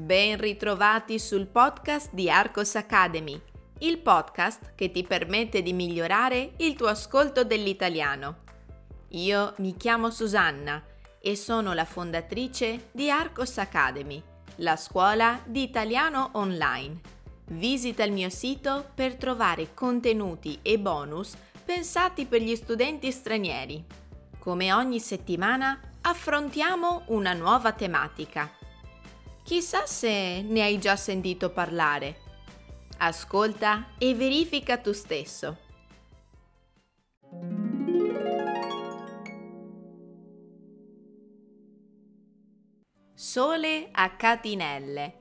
Ben ritrovati sul podcast di Arcos Academy, il podcast che ti permette di migliorare il tuo ascolto dell'italiano. Io mi chiamo Susanna e sono la fondatrice di Arcos Academy, la scuola di italiano online. Visita il mio sito per trovare contenuti e bonus pensati per gli studenti stranieri. Come ogni settimana affrontiamo una nuova tematica. Chissà se ne hai già sentito parlare. Ascolta e verifica tu stesso. Sole a catinelle.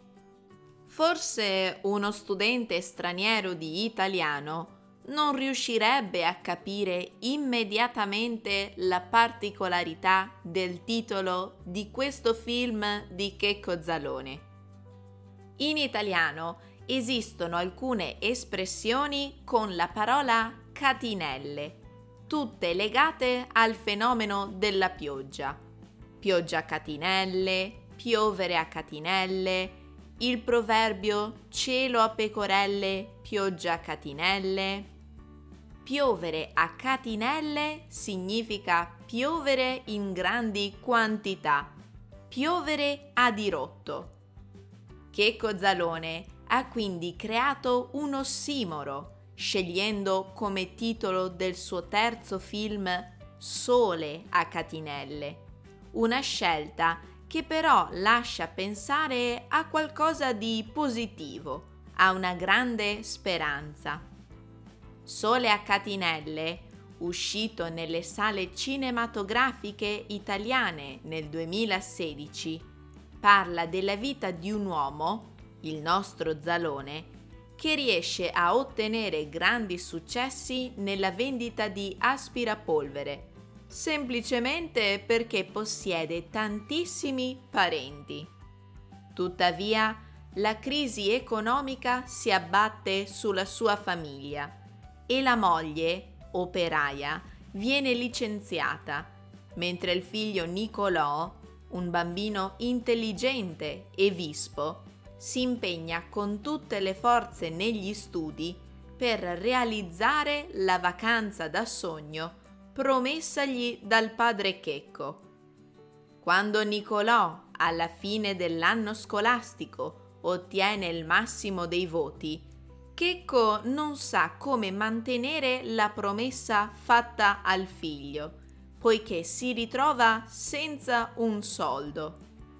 Forse uno studente straniero di italiano non riuscirebbe a capire immediatamente la particolarità del titolo di questo film di Checco Zalone. In italiano esistono alcune espressioni con la parola catinelle, tutte legate al fenomeno della pioggia. Pioggia a catinelle, piovere a catinelle, il proverbio cielo a pecorelle, pioggia a catinelle. Piovere a catinelle significa piovere in grandi quantità, piovere a dirotto. Checco Zalone ha quindi creato un ossimoro, scegliendo come titolo del suo terzo film Sole a catinelle, una scelta che però lascia pensare a qualcosa di positivo, a una grande speranza. Sole a catinelle, uscito nelle sale cinematografiche italiane nel 2016, parla della vita di un uomo, il nostro Zalone, che riesce a ottenere grandi successi nella vendita di aspirapolvere, semplicemente perché possiede tantissimi parenti. Tuttavia, la crisi economica si abbatte sulla sua famiglia e la moglie, operaia, viene licenziata, mentre il figlio Nicolò, un bambino intelligente e vispo, si impegna con tutte le forze negli studi per realizzare la vacanza da sogno promessagli dal padre Checco. Quando Nicolò, alla fine dell'anno scolastico, ottiene il massimo dei voti, Checco non sa come mantenere la promessa fatta al figlio, poiché si ritrova senza un soldo.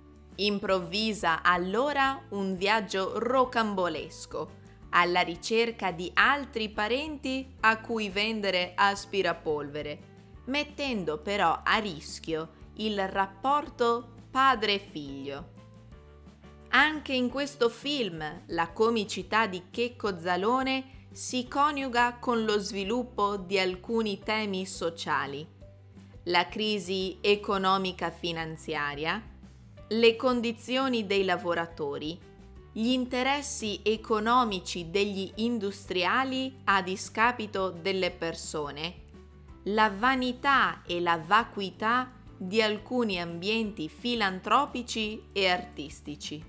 Improvvisa allora un viaggio rocambolesco, alla ricerca di altri parenti a cui vendere aspirapolvere, mettendo però a rischio il rapporto padre-figlio. Anche in questo film la comicità di Checco Zalone si coniuga con lo sviluppo di alcuni temi sociali: la crisi economica finanziaria, le condizioni dei lavoratori, gli interessi economici degli industriali a discapito delle persone, la vanità e la vacuità di alcuni ambienti filantropici e artistici.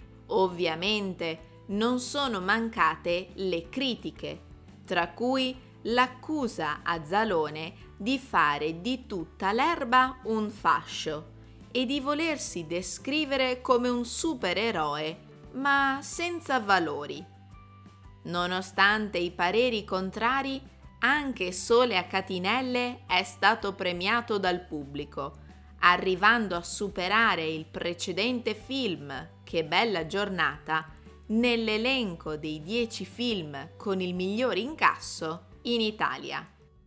Ovviamente non sono mancate le critiche, tra cui l'accusa a Zalone di fare di tutta l'erba un fascio e di volersi descrivere come un supereroe, ma senza valori. Nonostante i pareri contrari, anche Sole a catinelle è stato premiato dal pubblico, arrivando a superare il precedente film Che bella giornata nell'elenco dei 10 film con il miglior incasso in Italia.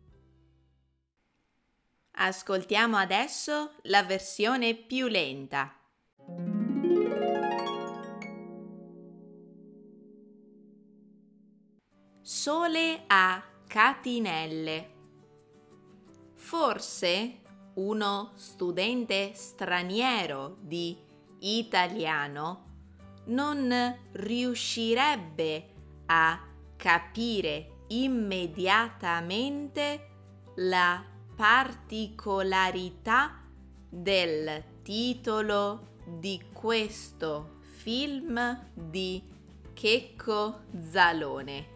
Ascoltiamo adesso la versione più lenta. Sole a catinelle. Forse uno studente straniero di italiano non riuscirebbe a capire immediatamente la particolarità del titolo di questo film di Checco Zalone.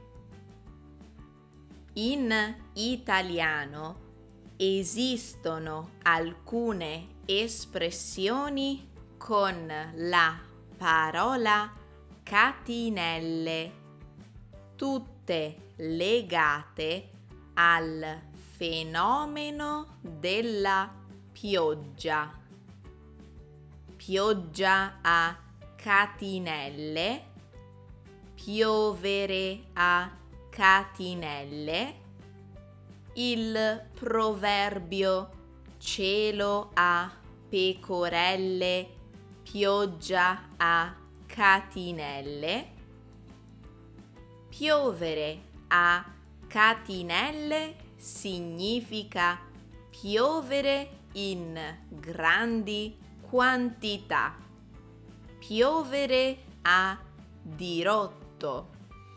In italiano esistono alcune espressioni con la parola catinelle, tutte legate al fenomeno della pioggia. Pioggia a catinelle, piovere a catinelle, il proverbio cielo a pecorelle, pioggia a catinelle. Piovere a catinelle significa piovere in grandi quantità, piovere a dirotto.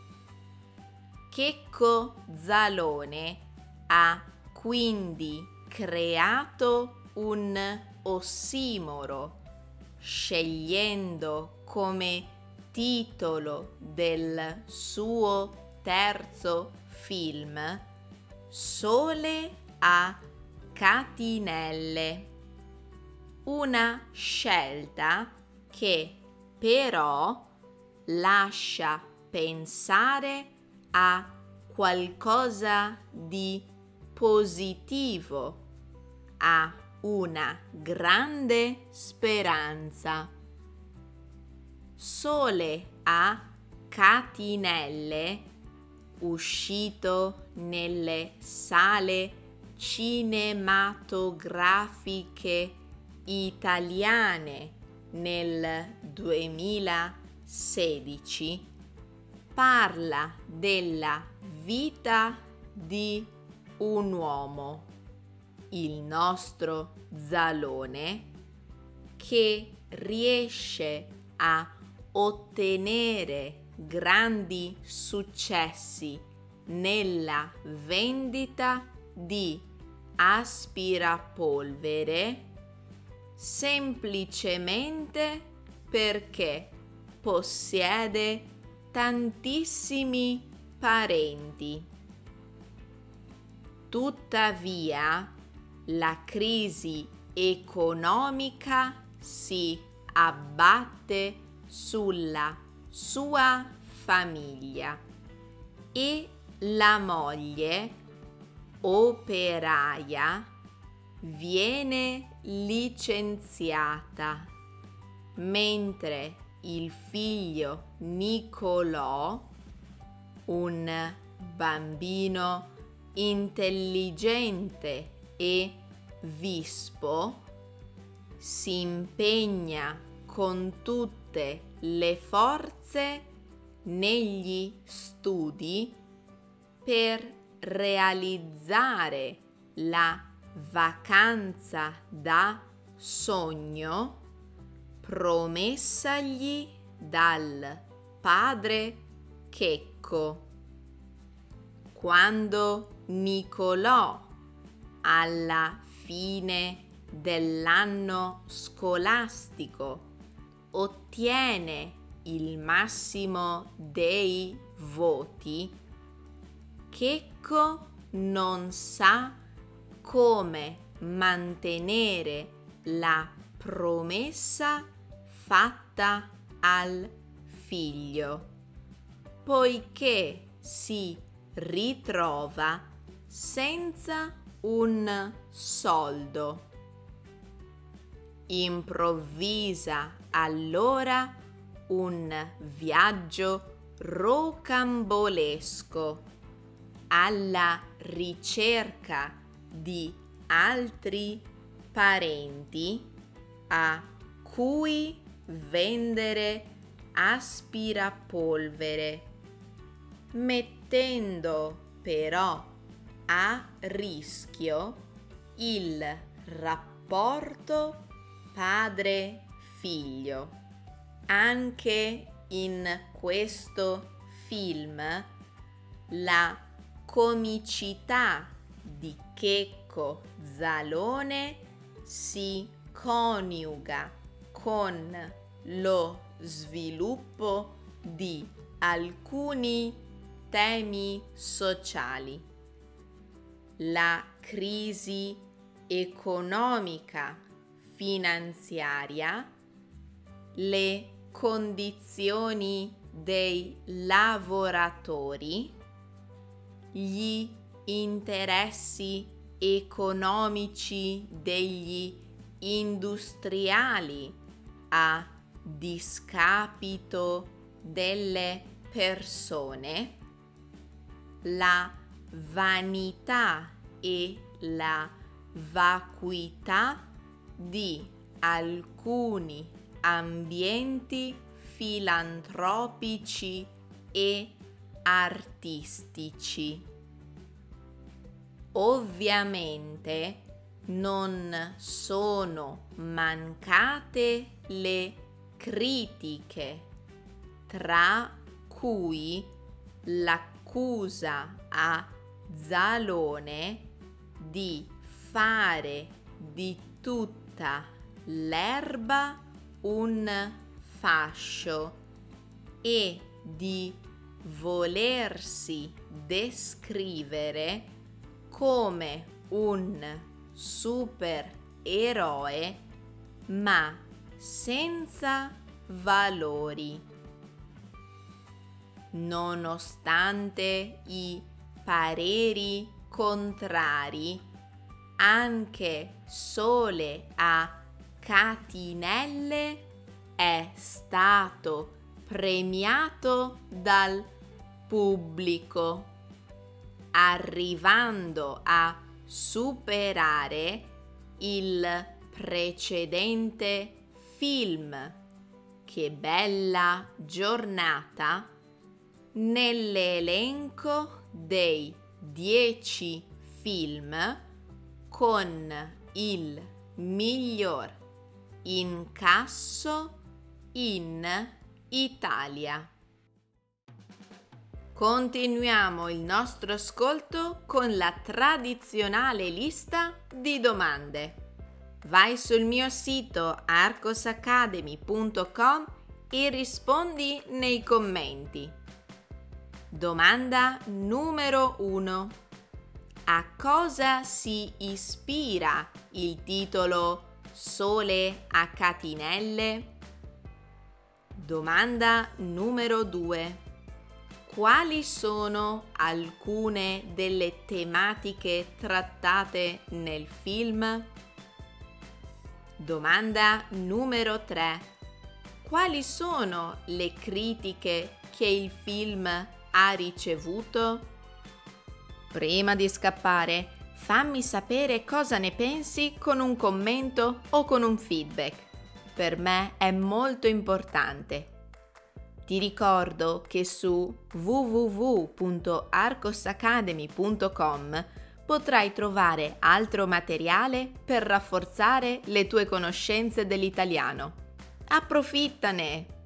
Checco Zalone ha quindi creato un ossimoro, scegliendo come titolo del suo terzo film Sole a catinelle. Una scelta che però lascia pensare a qualcosa di positivo, a una grande speranza. Sole a catinelle, uscito nelle sale cinematografiche italiane nel 2016, parla della vita di un uomo, il nostro Zalone, che riesce a ottenere grandi successi nella vendita di aspirapolvere semplicemente perché possiede tantissimi parenti. Tuttavia, la crisi economica si abbatte sulla sua famiglia e la moglie, operaia, viene licenziata, mentre il figlio Nicolò, un bambino intelligente e vispo, si impegna con tutte le forze negli studi per realizzare la vacanza da sogno promessagli dal padre Checco. Quando Nicolò, alla fine dell'anno scolastico, ottiene il massimo dei voti, Checco non sa come mantenere la promessa fatta al figlio, poiché si ritrova senza un soldo. Improvvisa allora un viaggio rocambolesco alla ricerca di altri parenti a cui vendere aspirapolvere, mettendo però a rischio il rapporto padre-figlio. Anche in questo film la comicità di Checco Zalone si coniuga con lo sviluppo di alcuni temi sociali. La crisi economica finanziaria, le condizioni dei lavoratori, gli interessi economici degli industriali a discapito delle persone, la vanità e la vacuità di alcuni ambienti filantropici e artistici. Ovviamente non sono mancate le critiche, tra cui l'accusa a Zalone di fare di tutta l'erba un fascio e di volersi descrivere come un supereroe ma senza valori. Nonostante i pareri contrari, anche Sole a catinelle è stato premiato dal pubblico, arrivando a superare il precedente film Che bella giornata nell'elenco dei 10 film con il miglior incasso in Italia. Continuiamo il nostro ascolto con la tradizionale lista di domande. Vai sul mio sito arcosacademy.com e rispondi nei commenti. Domanda numero 1. A cosa si ispira il titolo Sole a catinelle? Domanda numero 2. Quali sono alcune delle tematiche trattate nel film? Domanda numero 3. Quali sono le critiche che il film ha ricevuto? Prima di scappare, fammi sapere cosa ne pensi con un commento o con un feedback. Per me è molto importante. Ti ricordo che su www.arcosacademy.com potrai trovare altro materiale per rafforzare le tue conoscenze dell'italiano. Approfittane!